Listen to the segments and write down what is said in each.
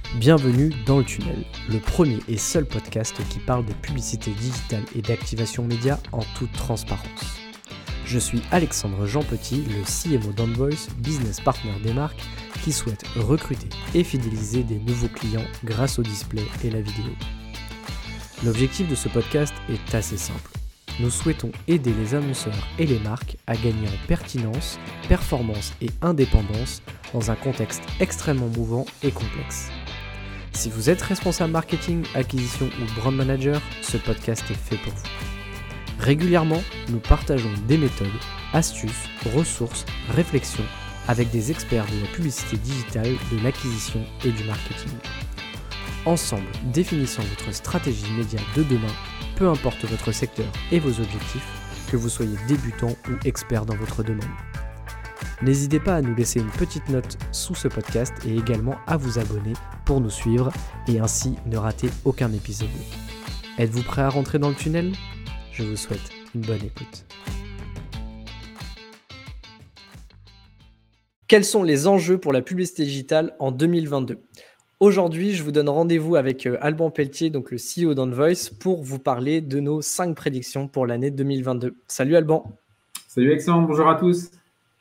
Bienvenue dans le tunnel, le premier et seul podcast qui parle de publicité digitale et d'activation média en toute transparence. Je suis Alexandre Jean-Petit, le CMO d'OnVoice, business partner des marques qui souhaitent recruter et fidéliser des nouveaux clients grâce au display et la vidéo. L'objectif de ce podcast est assez simple. Nous souhaitons aider les annonceurs et les marques à gagner en pertinence, performance et indépendance dans un contexte extrêmement mouvant et complexe. Si vous êtes responsable marketing, acquisition ou brand manager, ce podcast est fait pour vous. Régulièrement, nous partageons des méthodes, astuces, ressources, réflexions avec des experts de la publicité digitale, de l'acquisition et du marketing. Ensemble, définissons votre stratégie média de demain, peu importe votre secteur et vos objectifs, que vous soyez débutant ou expert dans votre domaine. N'hésitez pas à nous laisser une petite note sous ce podcast et également à vous abonner pour nous suivre et ainsi ne rater aucun épisode. Êtes-vous prêt à rentrer dans le tunnel ? Je vous souhaite une bonne écoute. Quels sont les enjeux pour la publicité digitale en 2022 ? Aujourd'hui, je vous donne rendez-vous avec Alban Pelletier, donc le CEO d'OnVoice, pour vous parler de nos 5 prédictions pour l'année 2022. Salut Alban. Salut Alexandre, bonjour à tous.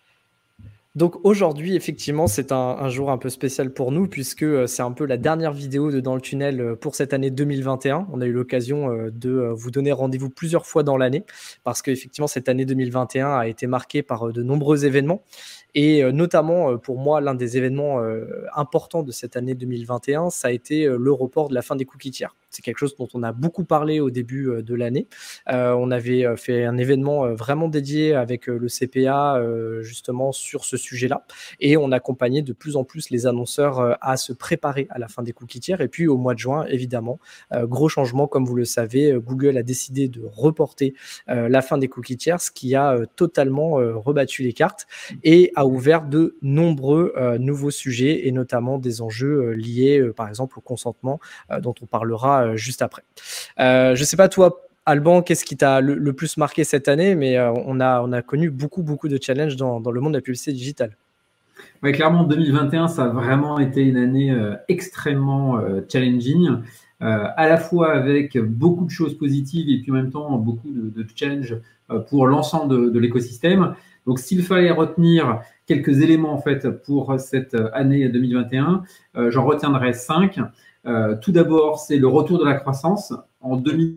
Donc aujourd'hui, effectivement, c'est un jour un peu spécial pour nous puisque c'est un peu la dernière vidéo de Dans le tunnel pour cette année 2021. On a eu l'occasion de vous donner rendez-vous plusieurs fois dans l'année parce qu'effectivement, cette année 2021 a été marquée par de nombreux événements. Et notamment, pour moi, l'un des événements importants de cette année 2021, ça a été le report de la fin des cookies tiers. C'est quelque chose dont on a beaucoup parlé au début de l'année. On avait fait un événement vraiment dédié avec le CPA justement sur ce sujet-là. Et on accompagnait de plus en plus les annonceurs à se préparer à la fin des cookies tiers. Et puis au mois de juin, évidemment, gros changement, comme vous le savez, Google a décidé de reporter la fin des cookies tiers, ce qui a totalement rebattu les cartes et a ouvert de nombreux nouveaux sujets et notamment des enjeux liés par exemple au consentement dont on parlera juste après. Je ne sais pas toi Alban, qu'est-ce qui t'a le plus marqué cette année, mais on a connu beaucoup de challenges dans le monde de la publicité digitale. Ouais, clairement 2021 ça a vraiment été une année extrêmement challenging, à la fois avec beaucoup de choses positives et puis en même temps beaucoup de challenges pour l'ensemble de l'écosystème. Donc, s'il fallait retenir quelques éléments en fait pour cette année 2021, j'en retiendrai 5. Tout d'abord, c'est le retour de la croissance. En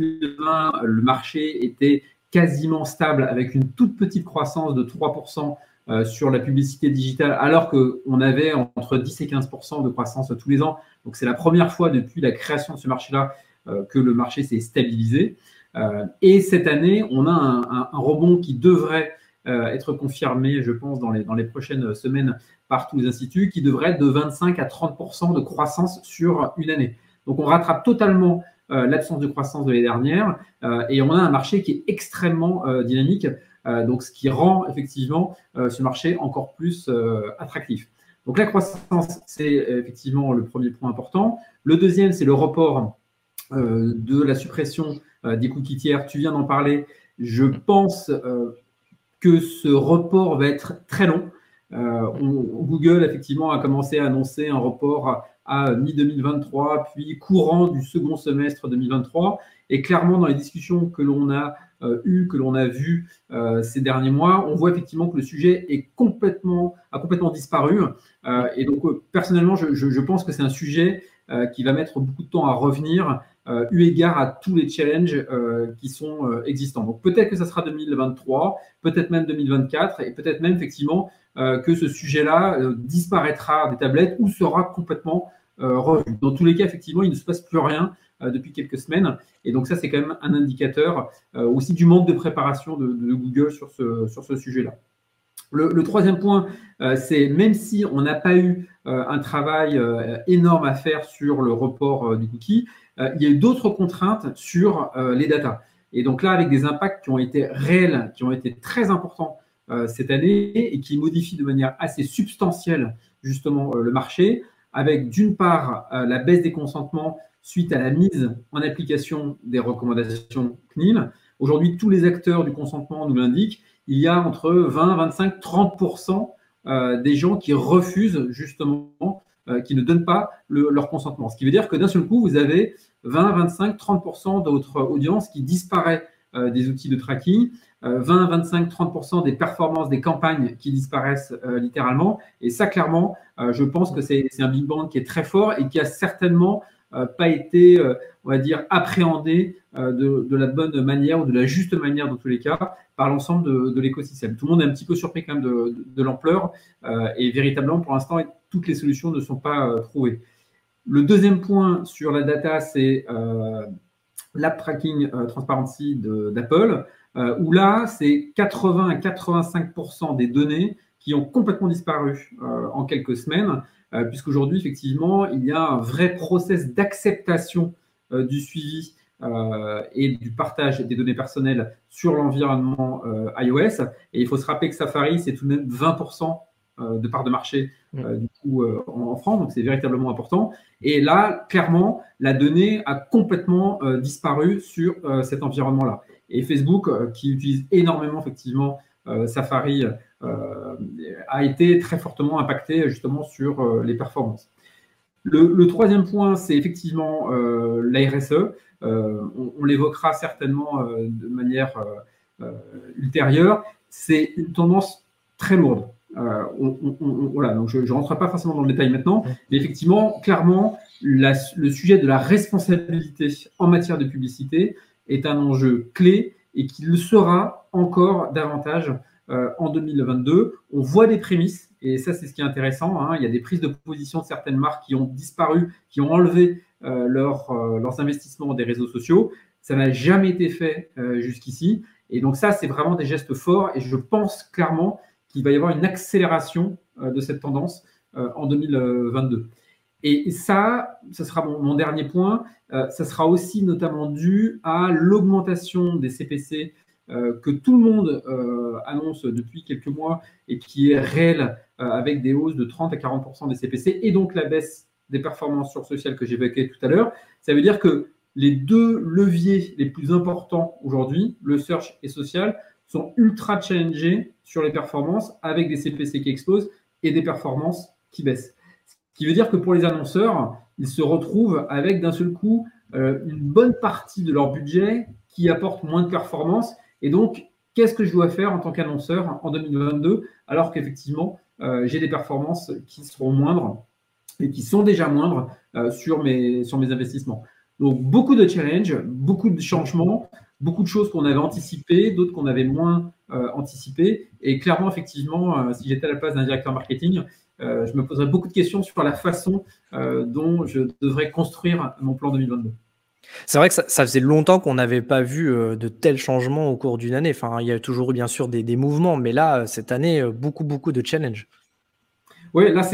2020, le marché était quasiment stable avec une toute petite croissance de 3% sur la publicité digitale, alors qu'on avait entre 10 et 15% de croissance tous les ans. Donc, c'est la première fois depuis la création de ce marché-là que le marché s'est stabilisé. Et cette année, on a un rebond qui devrait être confirmé, je pense, dans les prochaines semaines par tous les instituts, qui devrait être de 25 à 30% de croissance sur une année. Donc, on rattrape totalement l'absence de croissance de l'année dernière et on a un marché qui est extrêmement dynamique, donc ce qui rend effectivement ce marché encore plus attractif. Donc, la croissance, c'est effectivement le premier point important. Le deuxième, c'est le report de la suppression des cookies tiers. Tu viens d'en parler. Je pense que ce report va être très long. Google, effectivement, a commencé à annoncer un report à mi-2023, puis courant du second semestre 2023. Et clairement, dans les discussions que l'on a eues, que l'on a vues ces derniers mois, on voit effectivement que le sujet a complètement disparu. Et donc, personnellement, je pense que c'est un sujet qui va mettre beaucoup de temps à revenir, eu égard à tous les challenges qui sont existants. Donc peut-être que ça sera 2023, peut-être même 2024, et peut-être même effectivement que ce sujet-là disparaîtra des tablettes ou sera complètement revu. Dans tous les cas, effectivement, il ne se passe plus rien depuis quelques semaines. Et donc ça, c'est quand même un indicateur aussi du manque de préparation de Google sur ce sujet-là. Le troisième point, c'est même si on n'a pas eu un travail énorme à faire sur le report du cookie, il y a eu d'autres contraintes sur les datas. Et donc là, avec des impacts qui ont été réels, qui ont été très importants cette année et qui modifient de manière assez substantielle justement le marché, avec d'une part la baisse des consentements suite à la mise en application des recommandations CNIL. Aujourd'hui, tous les acteurs du consentement nous l'indiquent. Il y a entre 20, 25, 30% des gens qui refusent justement qui ne donnent pas leur consentement. Ce qui veut dire que d'un seul coup, vous avez 20, 25, 30% de votre audience qui disparaît des outils de tracking, 20, 25, 30% des performances des campagnes qui disparaissent littéralement. Et ça, clairement, je pense que c'est un Big Bang qui est très fort et qui a certainement pas été, on va dire, appréhendé de la bonne manière ou de la juste manière dans tous les cas par l'ensemble de l'écosystème. Tout le monde est un petit peu surpris quand même de l'ampleur et véritablement pour l'instant toutes les solutions ne sont pas trouvées. Le deuxième point sur la data, c'est l'App Tracking Transparency d'Apple, où là, c'est 80 à 85% des données qui ont complètement disparu en quelques semaines, puisqu'aujourd'hui, effectivement, il y a un vrai process d'acceptation du suivi et du partage des données personnelles sur l'environnement iOS. Et il faut se rappeler que Safari, c'est tout de même 20% de part de marché du coup, en France, donc c'est véritablement important. Et là, clairement, la donnée a complètement disparu sur cet environnement-là. Et Facebook, qui utilise énormément effectivement Safari, a été très fortement impacté justement sur les performances. Le troisième point, c'est effectivement la RSE. On l'évoquera certainement de manière ultérieure. C'est une tendance très lourde. Voilà, donc je ne rentrerai pas forcément dans le détail maintenant, mais effectivement, clairement, le sujet de la responsabilité en matière de publicité est un enjeu clé et qui le sera encore davantage en 2022. On voit des prémices, et ça, c'est ce qui est intéressant. Hein. Il y a des prises de position de certaines marques qui ont disparu, qui ont enlevé leurs investissements des réseaux sociaux. Ça n'a jamais été fait jusqu'ici. Et donc ça, c'est vraiment des gestes forts. Et je pense clairement qu'il va y avoir une accélération de cette tendance en 2022. Et ça sera mon dernier point. Ça sera aussi notamment dû à l'augmentation des CPC que tout le monde annonce depuis quelques mois et qui est réelle avec des hausses de 30 à 40% des CPC et donc la baisse des performances sur social que j'évoquais tout à l'heure. Ça veut dire que les deux leviers les plus importants aujourd'hui, le search et social, sont ultra challengés sur les performances avec des CPC qui explosent et des performances qui baissent. Ce qui veut dire que pour les annonceurs, ils se retrouvent avec d'un seul coup une bonne partie de leur budget qui apporte moins de performance. Et donc, qu'est-ce que je dois faire en tant qu'annonceur en 2022 alors qu'effectivement, j'ai des performances qui seront moindres et qui sont déjà moindres sur mes investissements. Donc, beaucoup de challenges, beaucoup de changements, beaucoup de choses qu'on avait anticipées, d'autres qu'on avait moins anticipées. Et clairement, effectivement, si j'étais à la place d'un directeur marketing, je me poserais beaucoup de questions sur la façon dont je devrais construire mon plan 2022. C'est vrai que ça faisait longtemps qu'on n'avait pas vu de tels changements au cours d'une année. Enfin, il y a toujours eu bien sûr des mouvements, mais là, cette année, beaucoup de challenges. Oui, là,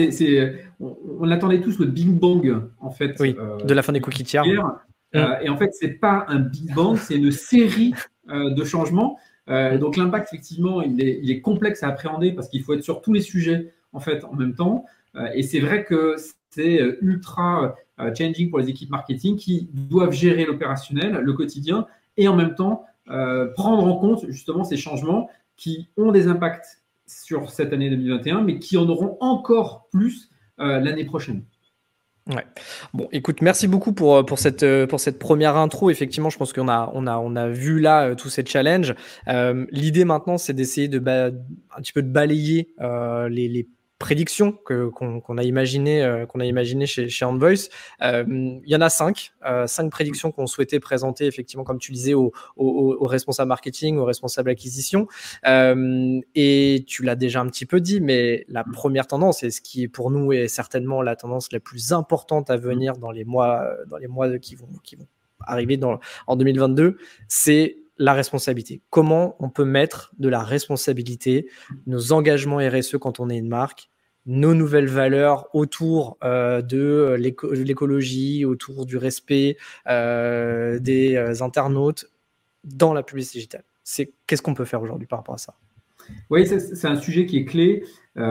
on attendait tous le Big Bang, en fait. Oui, de la fin des cookies tiers. Et en fait, ce n'est pas un Big Bang, c'est une série de changements. Donc, l'impact, effectivement, il est complexe à appréhender parce qu'il faut être sur tous les sujets, en fait, en même temps. Et c'est vrai que c'est ultra challenging pour les équipes marketing qui doivent gérer l'opérationnel, le quotidien, et en même temps prendre en compte, justement, ces changements qui ont des impacts sur cette année 2021, mais qui en auront encore plus l'année prochaine. Ouais. Bon, écoute, merci beaucoup pour cette première intro. Effectivement, je pense qu'on a vu là tous ces challenges. L'idée maintenant, c'est d'essayer un petit peu de balayer les prédictions qu'on a imaginées chez Envoice. Il y en a 5 prédictions qu'on souhaitait présenter, effectivement, comme tu disais, aux responsables marketing, aux responsables acquisition. Et tu l'as déjà un petit peu dit, mais la première tendance, et ce qui est pour nous est certainement la tendance la plus importante à venir dans les mois qui vont arriver en 2022, c'est la responsabilité. Comment on peut mettre de la responsabilité, nos engagements RSE quand on est une marque, nos nouvelles valeurs autour de l'écologie, autour du respect des internautes dans la publicité digitale. Qu'est-ce qu'on peut faire aujourd'hui par rapport à ça? Oui, c'est un sujet qui est clé.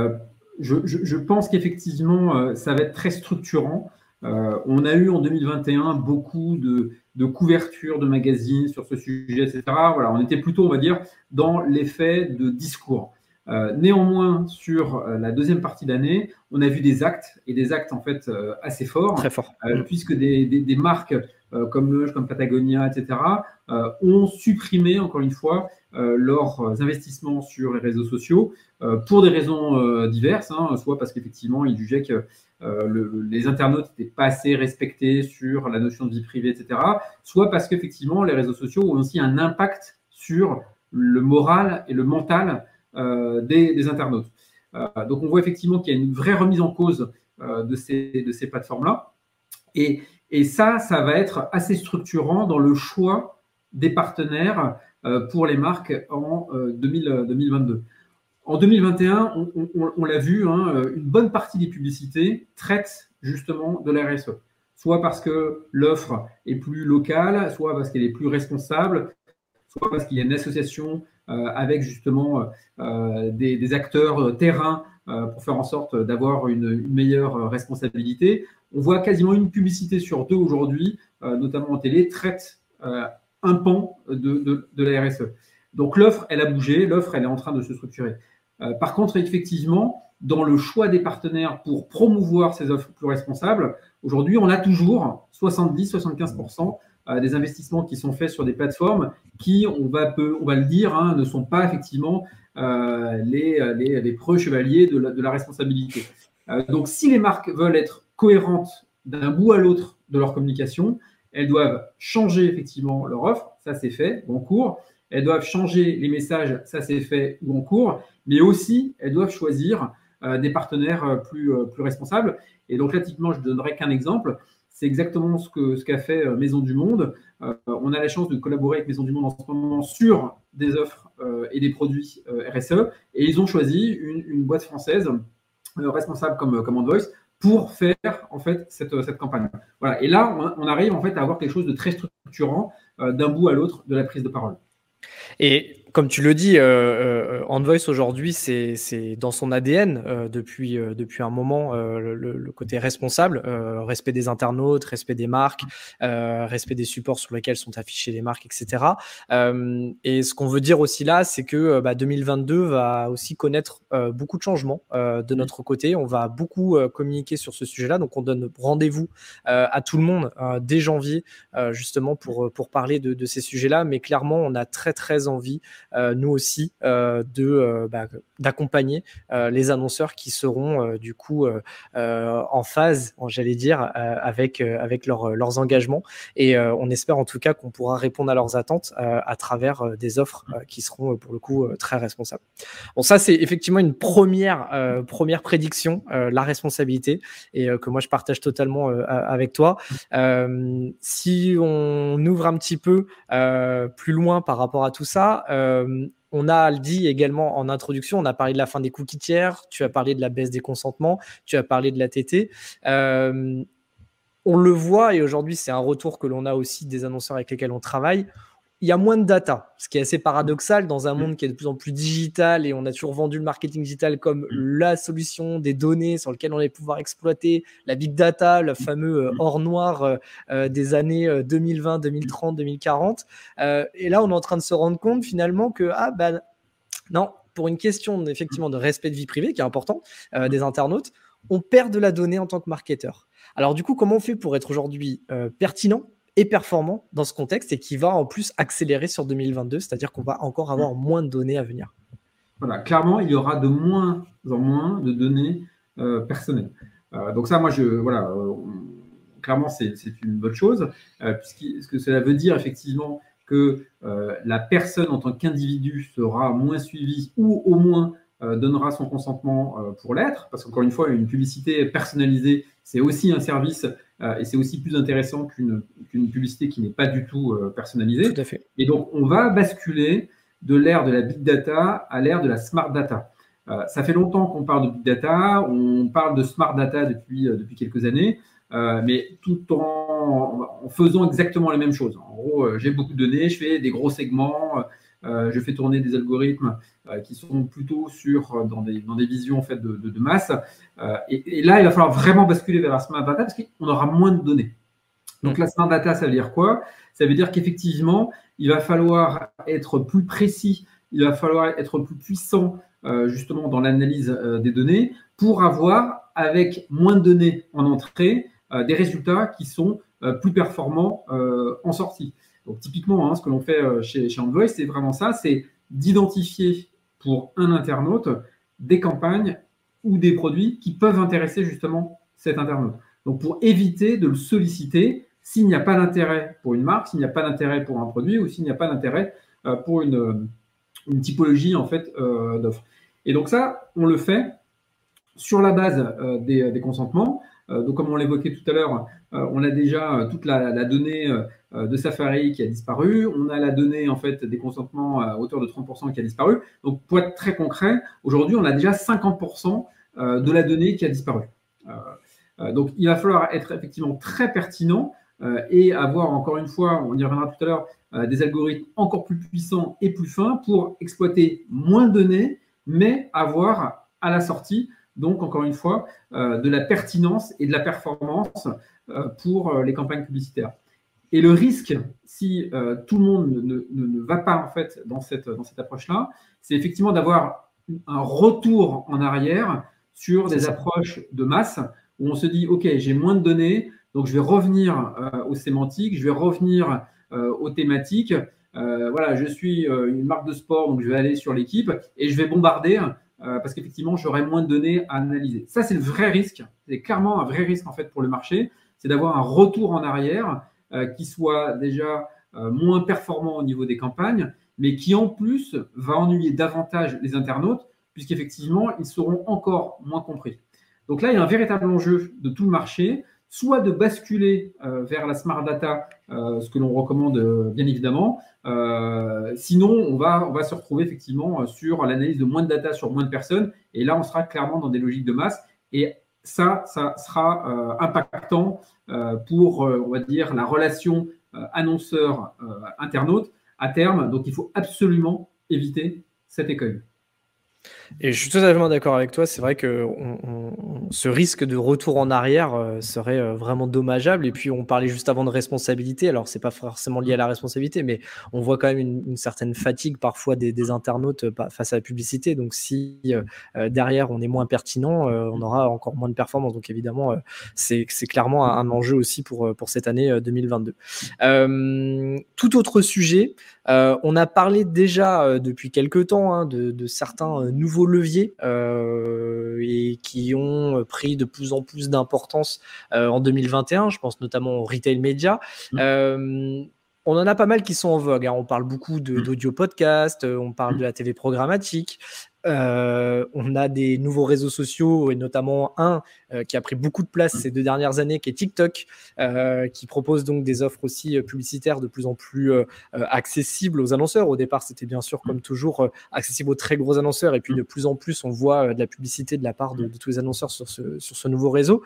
Je pense qu'effectivement, ça va être très structurant. On a eu en 2021 beaucoup de couvertures de magazines sur ce sujet, etc. Voilà, on était plutôt, on va dire, dans l'effet de discours. Néanmoins, sur la deuxième partie de l'année, on a vu des actes, et des actes en fait assez forts, très fort, puisque des marques comme Lush, comme Patagonia, etc., ont supprimé, encore une fois, leurs investissements sur les réseaux sociaux pour des raisons diverses, soit parce qu'effectivement, ils jugeaient que les internautes n'étaient pas assez respectés sur la notion de vie privée, etc., soit parce qu'effectivement, les réseaux sociaux ont aussi un impact sur le moral et le mental des internautes. Donc, on voit effectivement qu'il y a une vraie remise en cause de ces plateformes-là. Et ça va être assez structurant dans le choix des partenaires pour les marques en 2022. En 2021, on l'a vu, une bonne partie des publicités traitent justement de la RSE. Soit parce que l'offre est plus locale, soit parce qu'elle est plus responsable, soit parce qu'il y a une association avec justement des acteurs terrain pour faire en sorte d'avoir une meilleure responsabilité. On voit quasiment une publicité sur deux aujourd'hui, notamment en télé, traite un pan de la RSE. Donc l'offre, elle a bougé, l'offre, elle est en train de se structurer. Par contre, effectivement, dans le choix des partenaires pour promouvoir ces offres plus responsables, aujourd'hui, on a toujours 70-75% des investissements qui sont faits sur des plateformes qui, on va le dire, ne sont pas effectivement les preux chevaliers de la responsabilité. Donc, si les marques veulent être cohérentes d'un bout à l'autre de leur communication, elles doivent changer effectivement leur offre, ça c'est fait, ou en cours. Elles doivent changer les messages, ça c'est fait ou en cours, mais aussi elles doivent choisir des partenaires plus responsables. Et donc là, typiquement, je ne donnerai qu'un exemple. C'est exactement ce qu'a fait Maison du Monde. On a la chance de collaborer avec Maison du Monde en ce moment sur des offres et des produits RSE. Et ils ont choisi une boîte française responsable comme Envoice pour faire en fait cette campagne. Voilà. Et là, on arrive en fait à avoir quelque chose de très structurant d'un bout à l'autre de la prise de parole. Et comme tu le dis, Envoice aujourd'hui, c'est dans son ADN depuis un moment, le côté responsable, respect des internautes, respect des marques, respect des supports sur lesquels sont affichées les marques, etc. Et ce qu'on veut dire aussi là, c'est que 2022 va aussi connaître beaucoup de changements de notre côté. On va beaucoup communiquer sur ce sujet-là, donc on donne rendez-vous à tout le monde dès janvier, justement pour parler de ces sujets-là. Mais clairement, on a très très envie nous aussi d'accompagner les annonceurs qui seront du coup en phase, j'allais dire, avec leurs engagements, et on espère en tout cas qu'on pourra répondre à leurs attentes à travers des offres qui seront pour le coup très responsables. Bon, ça c'est effectivement une première prédiction, la responsabilité, et que moi je partage totalement avec toi. Si on ouvre un petit peu plus loin par rapport à tout ça, on a dit également en introduction, on a parlé de la fin des cookies tiers, tu as parlé de la baisse des consentements, tu as parlé de l'ATT. On le voit, et aujourd'hui c'est un retour que l'on a aussi des annonceurs avec lesquels on travaille. Il y a moins de data, ce qui est assez paradoxal dans un monde qui est de plus en plus digital, et on a toujours vendu le marketing digital comme la solution des données sur lesquelles on allait pouvoir exploiter la big data, le fameux or noir des années 2020, 2030, 2040. Et là, on est en train de se rendre compte finalement que non, pour une question effectivement de respect de vie privée qui est important des internautes, on perd de la donnée en tant que marketeur. Alors du coup, comment on fait pour être aujourd'hui pertinent et performant dans ce contexte, et qui va en plus accélérer sur 2022, c'est-à-dire qu'on va encore avoir moins de données à venir? Voilà, clairement, il y aura de moins en moins de données personnelles. Donc ça, moi, clairement, c'est une bonne chose, puisque cela veut dire effectivement que la personne en tant qu'individu sera moins suivie, ou au moins donnera son consentement pour l'être, parce qu'encore une fois, une publicité personnalisée, c'est aussi un service et c'est aussi plus intéressant qu'une publicité qui n'est pas du tout personnalisée. Tout à fait. Et donc, on va basculer de l'ère de la big data à l'ère de la smart data. Ça fait longtemps qu'on parle de big data, on parle de smart data depuis quelques années, mais tout en faisant exactement la même chose. En gros, j'ai beaucoup de données, je fais des gros segments, je fais tourner des algorithmes qui sont plutôt dans des visions en fait, de masse. Et là, il va falloir vraiment basculer vers la smart data parce qu'on aura moins de données. Donc la smart data, ça veut dire quoi? Ça veut dire qu'effectivement, il va falloir être plus précis, il va falloir être plus puissant justement dans l'analyse des données pour avoir, avec moins de données en entrée, des résultats qui sont plus performants en sortie. Donc typiquement, ce que l'on fait chez Envoy, c'est vraiment ça, c'est d'identifier pour un internaute des campagnes ou des produits qui peuvent intéresser justement cet internaute. Donc pour éviter de le solliciter s'il n'y a pas d'intérêt pour une marque, s'il n'y a pas d'intérêt pour un produit ou s'il n'y a pas d'intérêt pour une typologie en fait d'offres. Et donc ça, on le fait sur la base des consentements. Donc comme on l'évoquait tout à l'heure, on a déjà toute la donnée de Safari qui a disparu. On a la donnée en fait des consentements à hauteur de 30% qui a disparu. Donc pour être très concret, aujourd'hui, on a déjà 50% de la donnée qui a disparu. Donc il va falloir être effectivement très pertinent et avoir, encore une fois, on y reviendra tout à l'heure, des algorithmes encore plus puissants et plus fins pour exploiter moins de données, mais avoir à la sortie, donc encore une fois, de la pertinence et de la performance pour les campagnes publicitaires. Et le risque, si tout le monde ne va pas en fait dans cette approche-là, c'est effectivement d'avoir un retour en arrière sur des approches de masse où on se dit, OK, j'ai moins de données, donc je vais revenir aux sémantiques, je vais revenir aux thématiques. Voilà, je suis une marque de sport, donc je vais aller sur l'équipe et je vais bombarder parce qu'effectivement, j'aurai moins de données à analyser. Ça, c'est le vrai risque. C'est clairement un vrai risque en fait pour le marché, c'est d'avoir un retour en arrière qui soit déjà moins performant au niveau des campagnes, mais qui en plus va ennuyer davantage les internautes, puisqu'effectivement, ils seront encore moins compris. Donc là, il y a un véritable enjeu de tout le marché, soit de basculer vers la smart data, ce que l'on recommande bien évidemment. Sinon, on va se retrouver effectivement sur l'analyse de moins de data sur moins de personnes, et là, on sera clairement dans des logiques de masse, et ça sera impactant pour, on va dire, la relation annonceur-internaute à terme. Donc, il faut absolument éviter cet écueil. Et je suis totalement d'accord avec toi. C'est vrai que ce risque de retour en arrière serait vraiment dommageable. Et puis, on parlait juste avant de responsabilité. Alors, c'est pas forcément lié à la responsabilité, mais on voit quand même une certaine fatigue parfois des internautes face à la publicité. Donc, si derrière, on est moins pertinent, on aura encore moins de performance. Donc, évidemment, c'est clairement un enjeu aussi pour cette année 2022. Tout autre sujet, on a parlé déjà depuis quelques temps de certains nouveaux leviers et qui ont pris de plus en plus d'importance en 2021. Je pense notamment au retail média. On en a pas mal qui sont en vogue. On parle beaucoup d'audio podcast, on parle de la TV programmatique. On a des nouveaux réseaux sociaux et notamment un qui a pris beaucoup de place ces 2 dernières années, qui est TikTok, qui propose donc des offres aussi publicitaires de plus en plus accessibles aux annonceurs. Au départ, c'était bien sûr, comme toujours, accessible aux très gros annonceurs, et puis de plus en plus, on voit de la publicité de la part de tous les annonceurs sur ce nouveau réseau.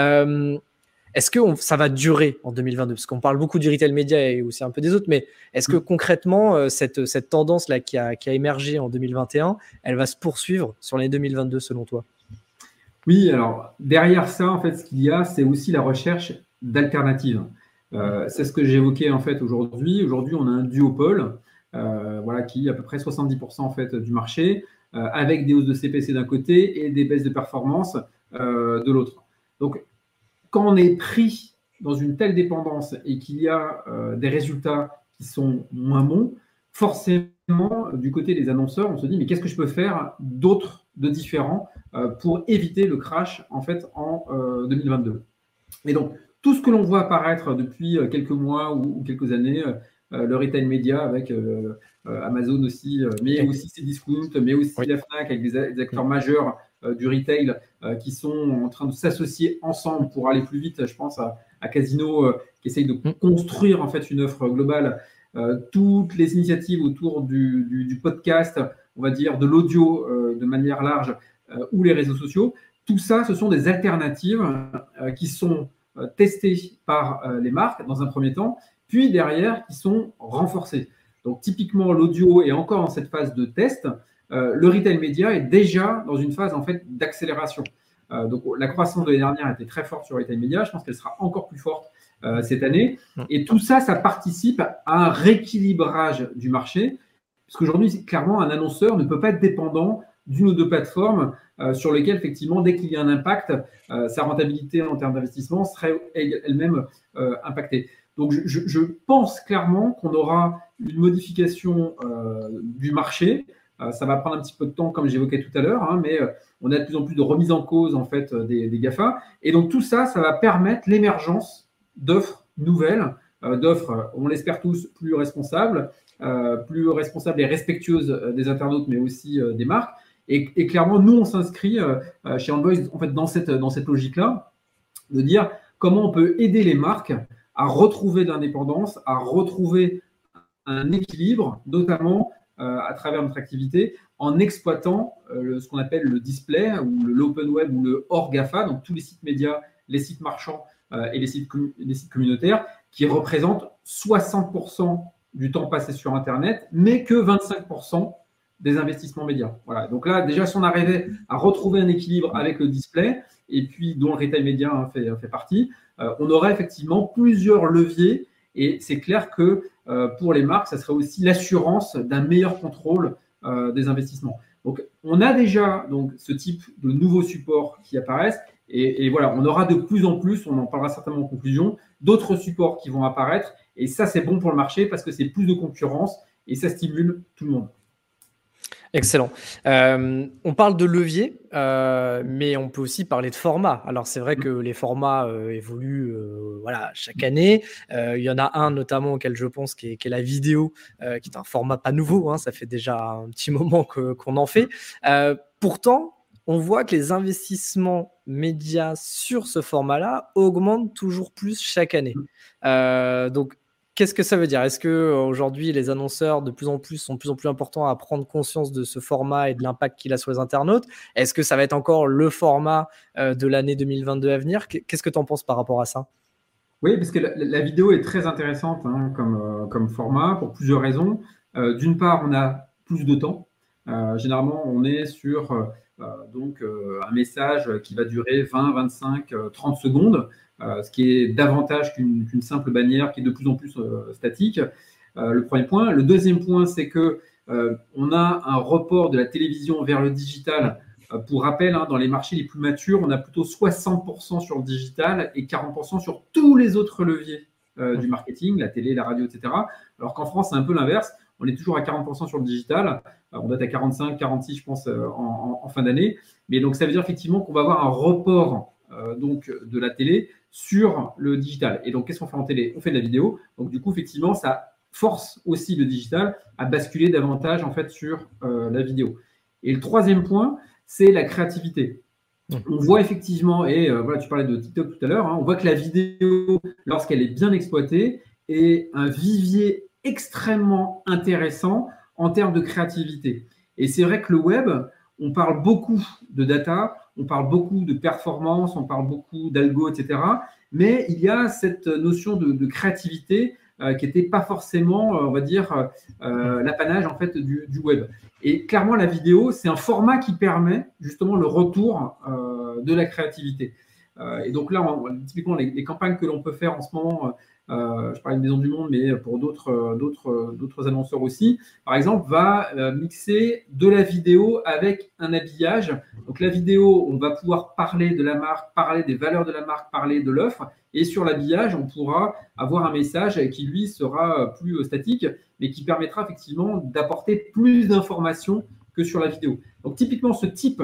Est-ce que ça va durer en 2022? Parce qu'on parle beaucoup du retail média et aussi un peu des autres, mais est-ce que concrètement, cette tendance-là qui a émergé en 2021, elle va se poursuivre sur l'année 2022 selon toi? Oui, alors derrière ça, en fait, ce qu'il y a, c'est aussi la recherche d'alternatives. C'est ce que j'évoquais en fait aujourd'hui. Aujourd'hui, on a un duopole qui est à peu près 70% en fait du marché, avec des hausses de CPC d'un côté et des baisses de performance de l'autre. Donc, quand on est pris dans une telle dépendance et qu'il y a des résultats qui sont moins bons, forcément, du côté des annonceurs, on se dit mais qu'est-ce que je peux faire d'autre, de différent, pour éviter le crash en fait en 2022. Et donc, tout ce que l'on voit apparaître depuis quelques mois ou quelques années, le retail média avec Amazon aussi, mais aussi Cdiscount, mais aussi la Fnac avec des acteurs majeurs du retail qui sont en train de s'associer ensemble pour aller plus vite. Je pense à Casino qui essaye de construire en fait une offre globale. Toutes les initiatives autour du podcast, on va dire de l'audio de manière large, ou les réseaux sociaux, tout ça, ce sont des alternatives qui sont testées par les marques dans un premier temps, puis derrière qui sont renforcées. Donc typiquement l'audio est encore dans cette phase de test. Le retail média est déjà dans une phase en fait d'accélération. Donc la croissance de l'année dernière était très forte sur le retail média. Je pense qu'elle sera encore plus forte cette année. Et tout ça, ça participe à un rééquilibrage du marché, parce qu'aujourd'hui, clairement, un annonceur ne peut pas être dépendant d'une ou deux plateformes sur lesquelles, effectivement, dès qu'il y a un impact, sa rentabilité en termes d'investissement serait elle-même impactée. Donc, je pense clairement qu'on aura une modification du marché. Ça va prendre un petit peu de temps, comme j'évoquais tout à l'heure, mais on a de plus en plus de remise en cause en fait, des GAFA. Et donc, tout ça, ça va permettre l'émergence d'offres nouvelles, d'offres, on l'espère tous, plus responsables et respectueuses des internautes, mais aussi des marques. Et clairement, nous, on s'inscrit chez Handvoice en fait, dans cette logique-là, de dire comment on peut aider les marques à retrouver de l'indépendance, à retrouver un équilibre, notamment à travers notre activité, en exploitant ce qu'on appelle le display, ou l'open web, ou le hors GAFA, donc tous les sites médias, les sites marchands et les sites communautaires, qui représentent 60% du temps passé sur Internet, mais que 25% des investissements médias. Voilà. Donc là, déjà, si on arrivait à retrouver un équilibre avec le display, et puis dont le retail média fait partie, on aurait effectivement plusieurs leviers. Et c'est clair que pour les marques, ça serait aussi l'assurance d'un meilleur contrôle des investissements. Donc, on a déjà donc, ce type de nouveaux supports qui apparaissent. Et voilà, on aura de plus en plus, on en parlera certainement en conclusion, d'autres supports qui vont apparaître. Et ça, c'est bon pour le marché parce que c'est plus de concurrence et ça stimule tout le monde. Excellent. On parle de levier, mais on peut aussi parler de format. Alors, c'est vrai que les formats évoluent chaque année. Il y en a un notamment auquel je pense qui est la vidéo, qui est un format pas nouveau. Ça fait déjà un petit moment qu'on en fait. Pourtant, on voit que les investissements médias sur ce format-là augmentent toujours plus chaque année. Donc, qu'est-ce que ça veut dire? Est-ce qu'aujourd'hui, les annonceurs sont de plus en plus importants à prendre conscience de ce format et de l'impact qu'il a sur les internautes? Est-ce que ça va être encore le format de l'année 2022 à venir? Qu'est-ce que tu en penses par rapport à ça? Oui, parce que la vidéo est très intéressante comme format pour plusieurs raisons. D'une part, on a plus de temps. Généralement, on est sur un message qui va durer 20, 25, 30 secondes. Ce qui est davantage qu'une simple bannière qui est de plus en plus statique. Le premier point. Le deuxième point, c'est que on a un report de la télévision vers le digital. Pour rappel, dans les marchés les plus matures, on a plutôt 60% sur le digital et 40% sur tous les autres leviers du marketing, la télé, la radio, etc. Alors qu'en France, c'est un peu l'inverse. On est toujours à 40% sur le digital. On doit être à 45, 46, je pense, en fin d'année. Mais donc, ça veut dire effectivement qu'on va avoir un report de la télé sur le digital. Et donc, qu'est-ce qu'on fait en télé? On fait de la vidéo. Donc, du coup, effectivement, ça force aussi le digital à basculer davantage en fait sur la vidéo. Et le troisième point, c'est la créativité. On voit effectivement, et tu parlais de TikTok tout à l'heure, on voit que la vidéo, lorsqu'elle est bien exploitée, est un vivier extrêmement intéressant en termes de créativité. Et c'est vrai que le web, on parle beaucoup de data, on parle beaucoup de performance, on parle beaucoup d'algo, etc. Mais il y a cette notion de créativité qui n'était pas forcément, on va dire, l'apanage en fait du web. Et clairement, la vidéo, c'est un format qui permet justement le retour de la créativité. Et donc là, typiquement, les campagnes que l'on peut faire en ce moment, je parlais de Maison du Monde, mais pour d'autres annonceurs aussi, par exemple, va mixer de la vidéo avec un habillage. Donc la vidéo, on va pouvoir parler de la marque, parler des valeurs de la marque, parler de l'offre. Et sur l'habillage, on pourra avoir un message qui, lui, sera plus statique, mais qui permettra effectivement d'apporter plus d'informations que sur la vidéo. Donc typiquement, ce type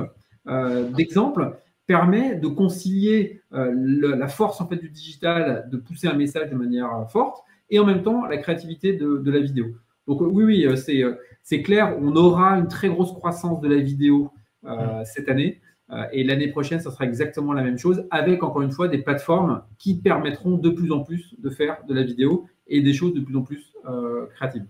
d'exemple permet de concilier la force en fait, du digital, de pousser un message de manière forte, et en même temps la créativité de la vidéo. Donc oui, c'est clair, on aura une très grosse croissance de la vidéo cette année, et l'année prochaine, ça sera exactement la même chose, avec encore une fois des plateformes qui permettront de plus en plus de faire de la vidéo et des choses de plus en plus créatives.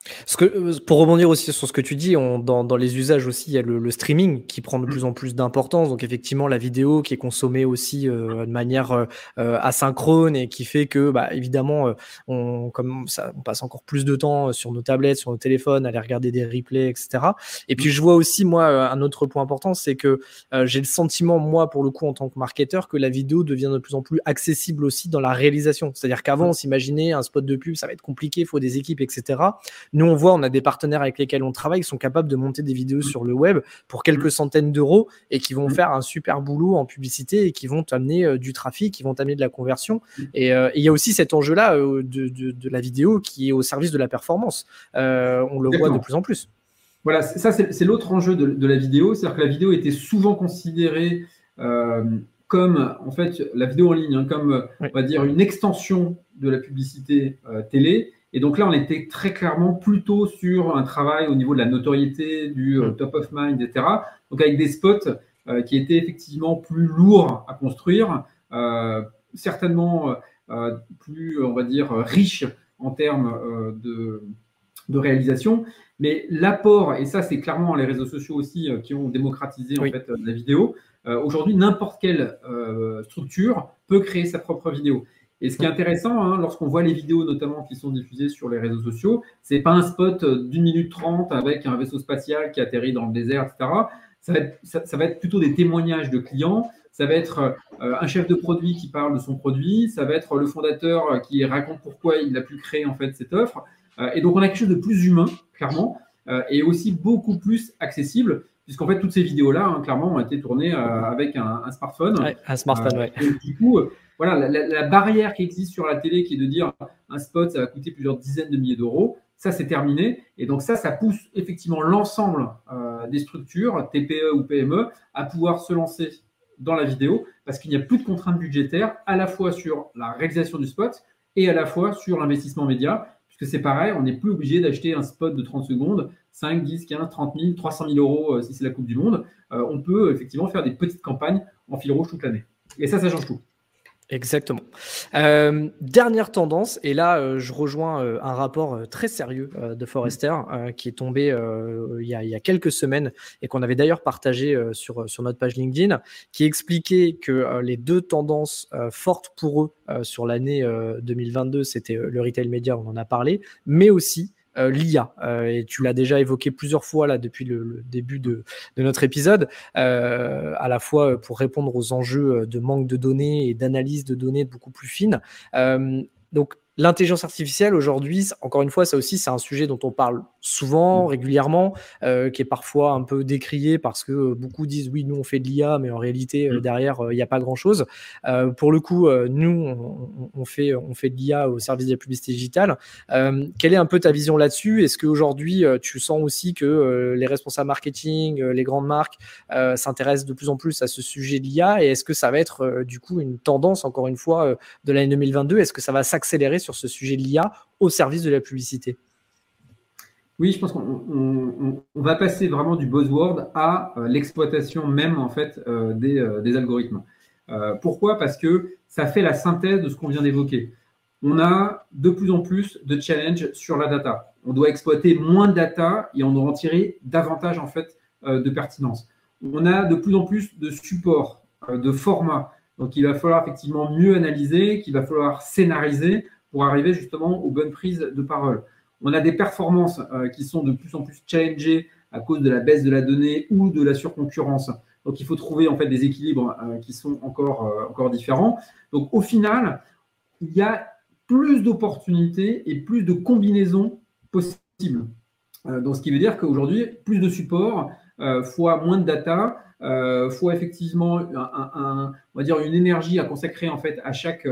Pour rebondir aussi sur ce que tu dis, dans les usages aussi, il y a le streaming qui prend de plus en plus d'importance. Donc effectivement, la vidéo qui est consommée aussi de manière asynchrone et qui fait que, évidemment, on passe encore plus de temps sur nos tablettes, sur nos téléphones, à aller regarder des replays, etc. Et puis je vois aussi, moi, un autre point important, c'est que j'ai le sentiment, moi, pour le coup, en tant que marketeur, que la vidéo devient de plus en plus accessible aussi dans la réalisation. C'est-à-dire qu'avant, on s'imaginait un spot de pub, ça va être compliqué, il faut des équipes, etc. Nous, on voit, on a des partenaires avec lesquels on travaille qui sont capables de monter des vidéos sur le web pour quelques centaines d'euros et qui vont faire un super boulot en publicité et qui vont t'amener du trafic, qui vont t'amener de la conversion. Et il y a aussi cet enjeu-là de la vidéo qui est au service de la performance. On le voit de plus en plus. Voilà, ça c'est l'autre enjeu de la vidéo, c'est-à-dire que la vidéo était souvent considérée comme, en fait, la vidéo en ligne, comme, on va dire, une extension de la publicité télé. Et donc là, on était très clairement plutôt sur un travail au niveau de la notoriété, du top of mind, etc. Donc avec des spots qui étaient effectivement plus lourds à construire, certainement plus, on va dire, riches en termes de réalisation. Mais l'apport, et ça c'est clairement les réseaux sociaux aussi qui ont démocratisé en fait la vidéo, aujourd'hui n'importe quelle structure peut créer sa propre vidéo. Et ce qui est intéressant, lorsqu'on voit les vidéos notamment qui sont diffusées sur les réseaux sociaux, c'est pas un spot d'1 minute 30 avec un vaisseau spatial qui atterrit dans le désert, etc. Ça va être plutôt des témoignages de clients, ça va être un chef de produit qui parle de son produit, ça va être le fondateur qui raconte pourquoi il a pu créer en fait cette offre. Et donc on a quelque chose de plus humain, clairement, et aussi beaucoup plus accessible, puisqu'en fait toutes ces vidéos-là, clairement, ont été tournées avec un smartphone. Ouais, un smartphone, ouais. Et du coup, voilà, la barrière qui existe sur la télé, qui est de dire un spot, ça va coûter plusieurs dizaines de milliers d'euros, ça c'est terminé. Et donc ça pousse effectivement l'ensemble des structures, TPE ou PME, à pouvoir se lancer dans la vidéo, parce qu'il n'y a plus de contraintes budgétaires, à la fois sur la réalisation du spot et à la fois sur l'investissement média, puisque c'est pareil, on n'est plus obligé d'acheter un spot de 30 secondes, 5, 10, 15, 30 000, 300 000 euros si c'est la Coupe du Monde. On peut effectivement faire des petites campagnes en fil rouge toute l'année. Et ça change tout. Exactement. Dernière tendance, et là je rejoins un rapport très sérieux de Forrester qui est tombé il y a quelques semaines et qu'on avait d'ailleurs partagé sur notre page LinkedIn, qui expliquait que les deux tendances fortes pour eux sur l'année 2022, c'était le retail média, on en a parlé, mais aussi l'IA, et tu l'as déjà évoqué plusieurs fois là depuis le début de notre épisode, à la fois pour répondre aux enjeux de manque de données et d'analyse de données beaucoup plus fines. Donc l'intelligence artificielle aujourd'hui, encore une fois, ça aussi c'est un sujet dont on parle souvent, régulièrement, qui est parfois un peu décrié parce que beaucoup disent oui, nous on fait de l'IA, mais en réalité derrière il n'y a pas grand chose. Pour le coup, nous on fait de l'IA au service de la publicité digitale. Quelle est un peu ta vision là-dessus? Est-ce qu'aujourd'hui tu sens aussi que les responsables marketing, les grandes marques s'intéressent de plus en plus à ce sujet de l'IA, et est-ce que ça va être du coup une tendance, encore une fois, de l'année 2022? Est-ce que ça va s'accélérer sur ce sujet de l'IA au service de la publicité? Oui, je pense qu'on va passer vraiment du buzzword à l'exploitation même en fait des algorithmes. Pourquoi? Parce que ça fait la synthèse de ce qu'on vient d'évoquer. On a de plus en plus de challenges sur la data. On doit exploiter moins de data et on doit en tirer davantage en fait de pertinence. On a de plus en plus de supports, de formats. Donc il va falloir effectivement mieux analyser, qu'il va falloir scénariser pour arriver justement aux bonnes prises de parole. On a des performances qui sont de plus en plus challengées à cause de la baisse de la donnée ou de la surconcurrence. Donc, il faut trouver en fait des équilibres qui sont encore différents. Donc, au final, il y a plus d'opportunités et plus de combinaisons possibles. Donc, ce qui veut dire qu'aujourd'hui, plus de support, fois moins de data, fois effectivement on va dire une énergie à consacrer en fait à chaque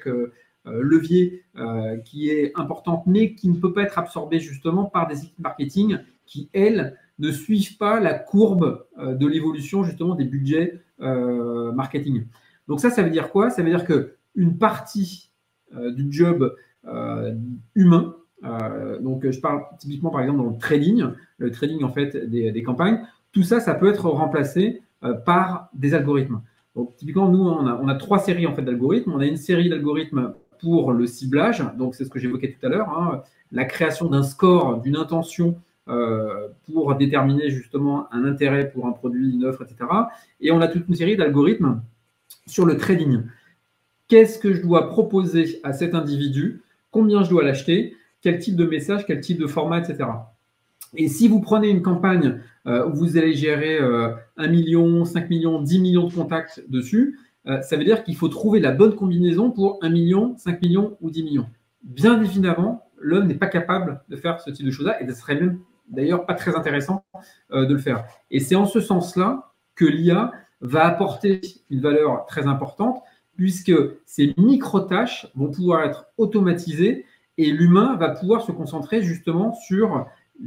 levier qui est importante, mais qui ne peut pas être absorbée justement par des équipes marketing qui, elles, ne suivent pas la courbe de l'évolution justement des budgets marketing. Donc ça veut dire quoi? Ça veut dire qu'une partie du job humain, donc je parle typiquement par exemple dans le trading en fait des campagnes, tout ça peut être remplacé par des algorithmes. Donc typiquement, nous, on a 3 séries en fait d'algorithmes. On a une série d'algorithmes pour le ciblage, donc c'est ce que j'évoquais tout à l'heure, la création d'un score, d'une intention pour déterminer justement un intérêt pour un produit, une offre, etc. Et on a toute une série d'algorithmes sur le trading. Qu'est-ce que je dois proposer à cet individu? Combien je dois l'acheter? Quel type de message? Quel type de format, etc. Et si vous prenez une campagne où vous allez gérer 1 million, 5 millions, 10 millions de contacts dessus, ça veut dire qu'il faut trouver la bonne combinaison pour 1 million, 5 millions ou 10 millions. Bien évidemment, l'homme n'est pas capable de faire ce type de choses-là, et ce serait même d'ailleurs pas très intéressant de le faire. Et c'est en ce sens-là que l'IA va apporter une valeur très importante, puisque ces micro-tâches vont pouvoir être automatisées et l'humain va pouvoir se concentrer justement sur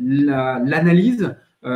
l'analyse,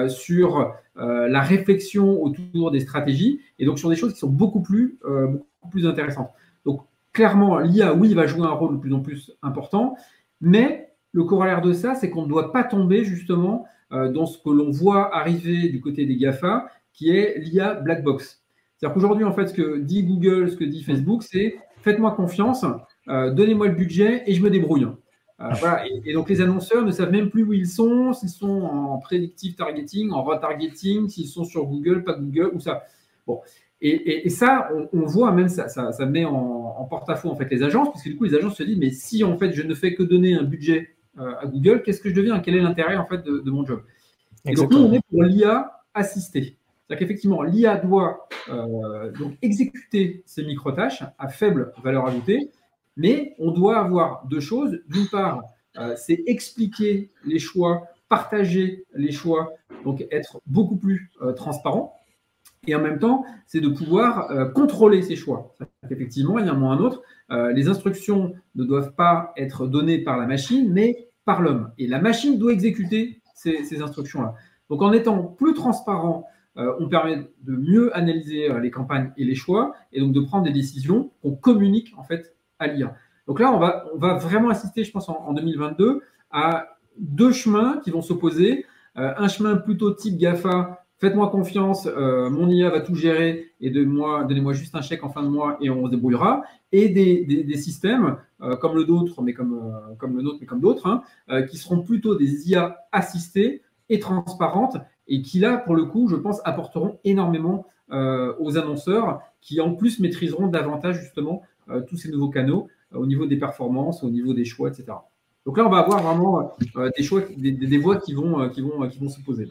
sur la réflexion autour des stratégies et donc sur des choses qui sont beaucoup plus intéressantes. Donc clairement, l'IA, oui, va jouer un rôle de plus en plus important, mais le corollaire de ça, c'est qu'on ne doit pas tomber justement dans ce que l'on voit arriver du côté des GAFA, qui est l'IA black box. C'est-à-dire qu'aujourd'hui, en fait, ce que dit Google, ce que dit Facebook, c'est faites-moi confiance, donnez-moi le budget et je me débrouille. Voilà. Et donc, les annonceurs ne savent même plus où ils sont, s'ils sont en predictive targeting, en retargeting, s'ils sont sur Google, pas Google, ou ça. Bon. Et ça, on voit même, ça met en porte-à-faux en fait, les agences, parce que du coup, les agences se disent, mais si en fait, je ne fais que donner un budget à Google, qu'est-ce que je deviens? Quel est l'intérêt en fait de mon job? Et donc, nous, on est pour l'IA assistée. C'est-à-dire qu'effectivement, l'IA doit donc exécuter ces micro-tâches à faible valeur ajoutée, mais on doit avoir deux choses. D'une part, c'est expliquer les choix, partager les choix, donc être beaucoup plus transparent. Et en même temps, c'est de pouvoir contrôler ces choix. Effectivement, il y a un moment ou un autre, les instructions ne doivent pas être données par la machine, mais par l'homme. Et la machine doit exécuter ces instructions-là. Donc, en étant plus transparent, on permet de mieux analyser les campagnes et les choix, et donc de prendre des décisions qu'on communique en fait à l'IA. Donc là, on va vraiment assister, je pense, en 2022, à deux chemins qui vont s'opposer. Un chemin plutôt type GAFA, faites-moi confiance, mon IA va tout gérer, et donnez-moi juste un chèque en fin de mois et on se débrouillera. Et des systèmes comme le nôtre, mais comme d'autres, qui seront plutôt des IA assistées et transparentes, et qui là, pour le coup, je pense, apporteront énormément aux annonceurs qui, en plus, maîtriseront davantage, justement, tous ces nouveaux canaux au niveau des performances, au niveau des choix, etc. Donc là, on va avoir vraiment des choix, des voies qui vont s'opposer.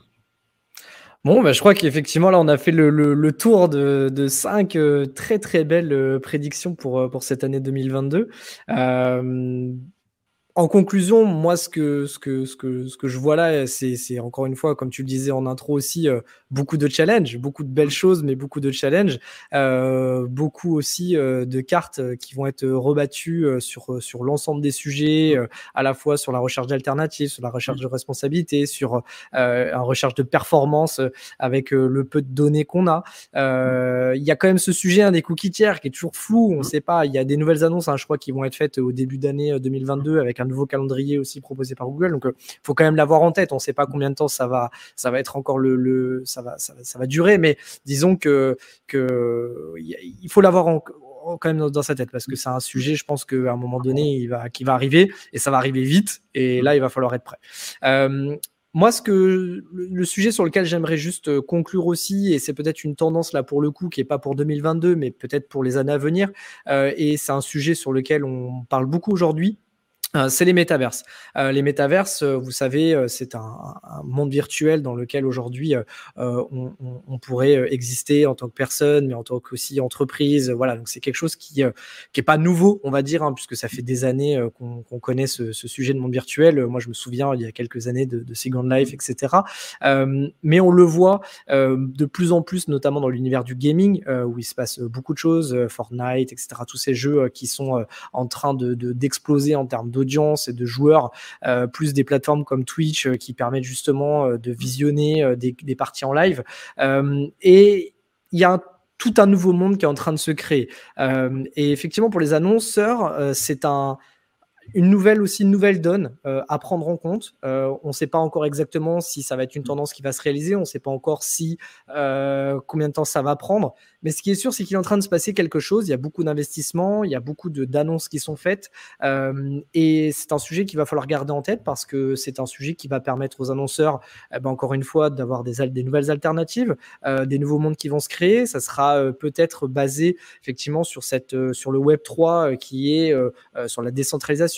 Bon, bah, je crois qu'effectivement, là, on a fait le tour de 5 très, très belles prédictions pour cette année 2022. En conclusion, moi, ce que je vois là, c'est encore une fois, comme tu le disais en intro aussi, beaucoup de challenges, beaucoup de belles choses, mais beaucoup de challenges, beaucoup aussi de cartes qui vont être rebattues sur l'ensemble des sujets, à la fois sur la recherche d'alternatives, sur la recherche de responsabilité, sur la recherche de performance avec le peu de données qu'on a. Il y a quand même ce sujet des cookies tiers qui est toujours flou, on ne sait pas. Il y a des nouvelles annonces, je crois, qui vont être faites au début d'année 2022 avec un nouveau calendrier aussi proposé par Google. Donc, faut quand même l'avoir en tête. On ne sait pas combien de temps ça va être encore ça va durer, mais disons que il faut l'avoir quand même dans sa tête, parce que c'est un sujet, je pense qu'à un moment donné, qui va arriver, et ça va arriver vite, et là, il va falloir être prêt. Moi, le sujet sur lequel j'aimerais juste conclure aussi, et c'est peut-être une tendance là pour le coup qui n'est pas pour 2022, mais peut-être pour les années à venir, et c'est un sujet sur lequel on parle beaucoup aujourd'hui, c'est les métaverses. Les métaverses, vous savez, c'est un monde virtuel dans lequel aujourd'hui on pourrait exister en tant que personne, mais en tant qu'aussi entreprise. Voilà, donc c'est quelque chose qui est pas nouveau, on va dire, puisque ça fait des années qu'on connaît ce sujet de monde virtuel. Moi, je me souviens il y a quelques années de Second Life, etc. Mais on le voit de plus en plus, notamment dans l'univers du gaming, où il se passe beaucoup de choses, Fortnite, etc. Tous ces jeux qui sont en train d'exploser en termes d'audience et de joueurs, plus des plateformes comme Twitch qui permettent justement de visionner des parties en live. Et il y a tout un nouveau monde qui est en train de se créer. Et effectivement, pour les annonceurs, c'est une nouvelle donne à prendre en compte. On ne sait pas encore exactement si ça va être une tendance qui va se réaliser. On ne sait pas encore combien de temps ça va prendre. Mais ce qui est sûr, c'est qu'il est en train de se passer quelque chose. Il y a beaucoup d'investissements, il y a beaucoup d'annonces qui sont faites. Et c'est un sujet qu'il va falloir garder en tête, parce que c'est un sujet qui va permettre aux annonceurs, encore une fois, d'avoir des nouvelles alternatives, des nouveaux mondes qui vont se créer. Ça sera peut-être basé effectivement sur le Web 3 qui est sur la décentralisation,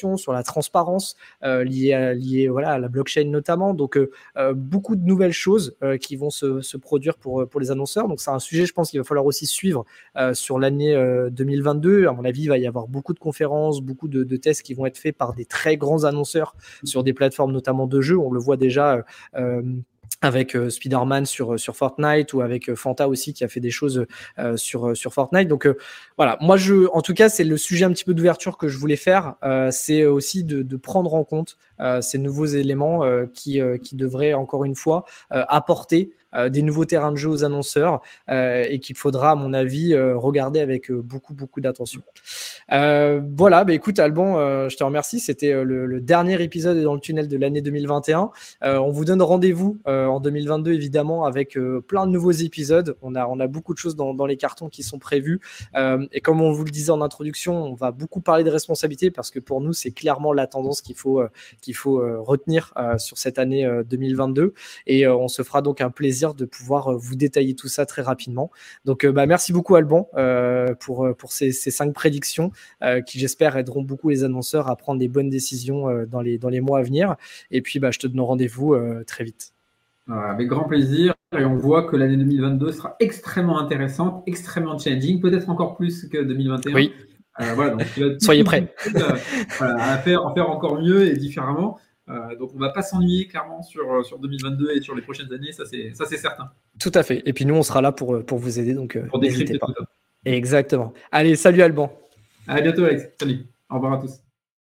l'automatisation, sur la transparence liée voilà, à la blockchain notamment. Donc, beaucoup de nouvelles choses qui vont se produire pour les annonceurs. Donc, c'est un sujet, je pense, qu'il va falloir aussi suivre sur l'année 2022. À mon avis, il va y avoir beaucoup de conférences, beaucoup de tests qui vont être faits par des très grands annonceurs sur des plateformes notamment de jeux. On le voit déjà avec Spider-Man sur Fortnite, ou avec Fanta aussi qui a fait des choses sur Fortnite. Donc voilà, moi en tout cas, c'est le sujet un petit peu d'ouverture que je voulais faire. C'est aussi de prendre en compte ces nouveaux éléments qui devraient encore une fois apporter des nouveaux terrains de jeu aux annonceurs et qu'il faudra, à mon avis, regarder avec beaucoup d'attention. Voilà, écoute Alban, je te remercie. C'était le dernier épisode dans le tunnel de l'année 2021. On vous donne rendez-vous en 2022 évidemment avec plein de nouveaux épisodes. On a beaucoup de choses dans les cartons qui sont prévus. Et comme on vous le disait en introduction, on va beaucoup parler de responsabilité parce que pour nous, c'est clairement la tendance qu'il faut retenir sur cette année 2022. Et on se fera donc un plaisir de pouvoir vous détailler tout ça très rapidement. Donc merci beaucoup Alban pour ces 5 prédictions qui, j'espère, aideront beaucoup les annonceurs à prendre des bonnes décisions dans les mois à venir. Et puis je te donne rendez-vous très vite. Avec grand plaisir. Et on voit que l'année 2022 sera extrêmement intéressante, extrêmement challenging, peut-être encore plus que 2021. Oui. Voilà, donc soyez prêts. À faire encore mieux et différemment. Donc on ne va pas s'ennuyer clairement sur 2022 et sur les prochaines années, ça c'est certain. Tout à fait. Et puis nous, on sera là pour vous aider, donc pour n'hésitez pas. Tout ça. Exactement. Allez, salut Alban. À bientôt Alex. Salut. Au revoir à tous.